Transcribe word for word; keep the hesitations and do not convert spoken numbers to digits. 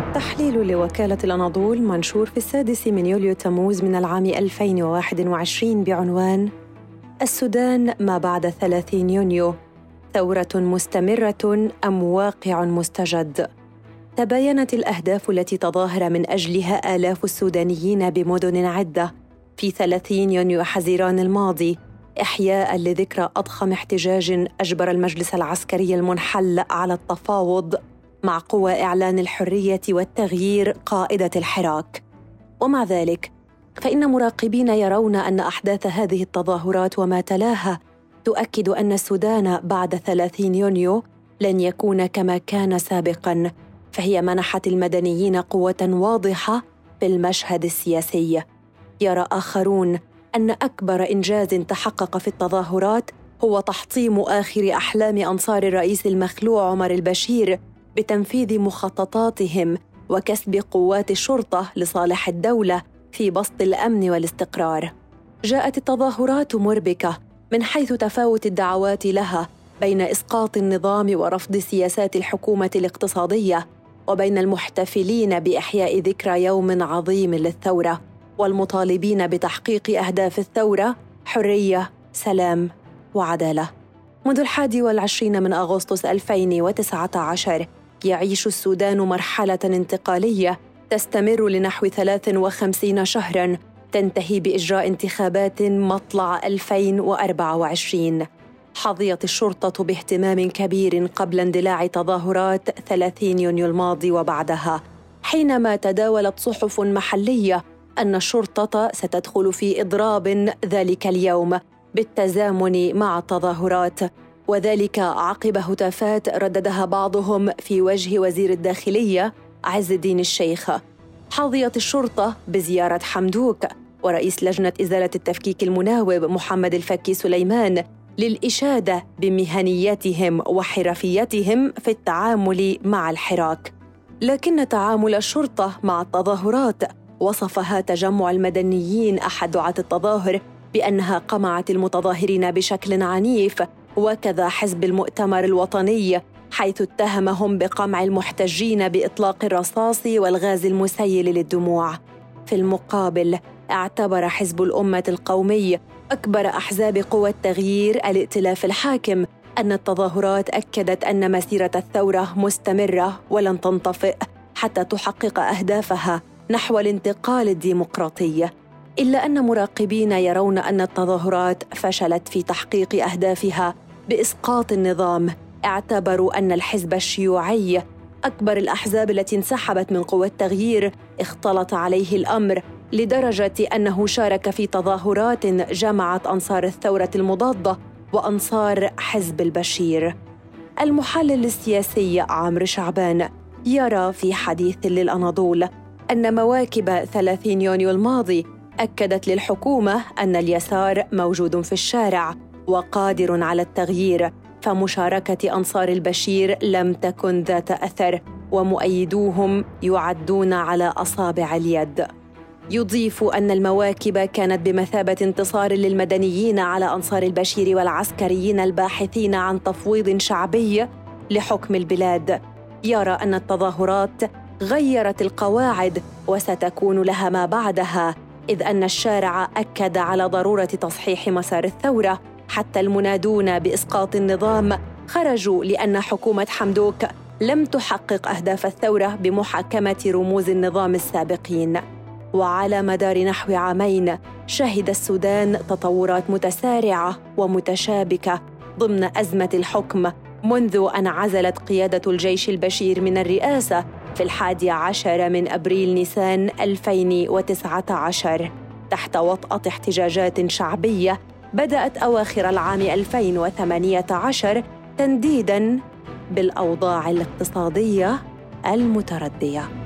تحليل لوكالة الأناضول منشور في السادس من يوليو تموز من العام ألفين وواحد وعشرين بعنوان: السودان ما بعد ثلاثين يونيو، ثورة مستمرة أم واقع مستجد؟ تباينت الأهداف التي تظاهر من أجلها آلاف السودانيين بمدن عدة في ثلاثين يونيو حزيران الماضي، إحياء لذكرى أضخم احتجاج أجبر المجلس العسكري المنحل على التفاوض مع قوى إعلان الحرية والتغيير قائدة الحراك. ومع ذلك فإن مراقبين يرون أن أحداث هذه التظاهرات وما تلاها تؤكد أن السودان بعد ثلاثين يونيو لن يكون كما كان سابقاً، فهي منحت المدنيين قوة واضحة في المشهد السياسي. يرى آخرون أن أكبر إنجاز تحقق في التظاهرات هو تحطيم آخر أحلام أنصار الرئيس المخلوع عمر البشير بتنفيذ مخططاتهم وكسب قوات الشرطة لصالح الدولة في بسط الأمن والاستقرار. جاءت التظاهرات مربكة من حيث تفاوت الدعوات لها بين إسقاط النظام ورفض سياسات الحكومة الاقتصادية، وبين المحتفلين بإحياء ذكرى يوم عظيم للثورة والمطالبين بتحقيق أهداف الثورة: حرية، سلام، وعدالة. منذ الحادي والعشرين من أغسطس ألفين وتسعة عشر يعيش السودان مرحلة انتقالية تستمر لنحو ثلاث وخمسين شهراً، تنتهي بإجراء انتخابات مطلع ألفين وأربعة وعشرين. حظيت الشرطة باهتمام كبير قبل اندلاع تظاهرات ثلاثين يونيو الماضي وبعدها، حينما تداولت صحف محلية أن الشرطة ستدخل في إضراب ذلك اليوم بالتزامن مع التظاهرات، وذلك عقب هتافات رددها بعضهم في وجه وزير الداخلية عز الدين الشيخ. حظيت الشرطة بزيارة حمدوك ورئيس لجنة إزالة التفكيك المناوب محمد الفكي سليمان للإشادة بمهنيتهم وحرفيتهم في التعامل مع الحراك. لكن تعامل الشرطة مع التظاهرات وصفها تجمع المدنيين أحد دعاة التظاهر بأنها قمعت المتظاهرين بشكل عنيف، وكذا حزب المؤتمر الوطني حيث اتهمهم بقمع المحتجين بإطلاق الرصاص والغاز المسيل للدموع. في المقابل اعتبر حزب الأمة القومي أكبر أحزاب قوى التغيير الائتلاف الحاكم أن التظاهرات أكدت أن مسيرة الثورة مستمرة ولن تنطفئ حتى تحقق أهدافها نحو الانتقال الديمقراطي. إلا أن مراقبين يرون أن التظاهرات فشلت في تحقيق أهدافها بإسقاط النظام. اعتبروا أن الحزب الشيوعي أكبر الأحزاب التي انسحبت من قوى التغيير اختلط عليه الأمر لدرجة أنه شارك في تظاهرات جمعت أنصار الثورة المضادة وأنصار حزب البشير. المحلل السياسي عمرو شعبان يرى في حديث للأناضول أن مواكب ثلاثين يونيو الماضي أكدت للحكومة أن اليسار موجود في الشارع وقادر على التغيير، فمشاركة أنصار البشير لم تكن ذات أثر، ومؤيدوهم يعدون على أصابع اليد. يضيف أن المواكب كانت بمثابة انتصار للمدنيين على أنصار البشير والعسكريين الباحثين عن تفويض شعبي لحكم البلاد. يرى أن التظاهرات غيرت القواعد وستكون لها ما بعدها، إذ أن الشارع أكد على ضرورة تصحيح مسار الثورة. حتى المنادون بإسقاط النظام خرجوا لأن حكومة حمدوك لم تحقق أهداف الثورة بمحاكمة رموز النظام السابقين. وعلى مدار نحو عامين شهد السودان تطورات متسارعة ومتشابكة ضمن أزمة الحكم منذ أن عزلت قيادة الجيش البشير من الرئاسة في الحادي عشر من أبريل نيسان ألفين وتسعة عشر تحت وطأة احتجاجات شعبية بدأت أواخر العام ألفين وثمانية عشر تنديداً بالأوضاع الاقتصادية المتردية.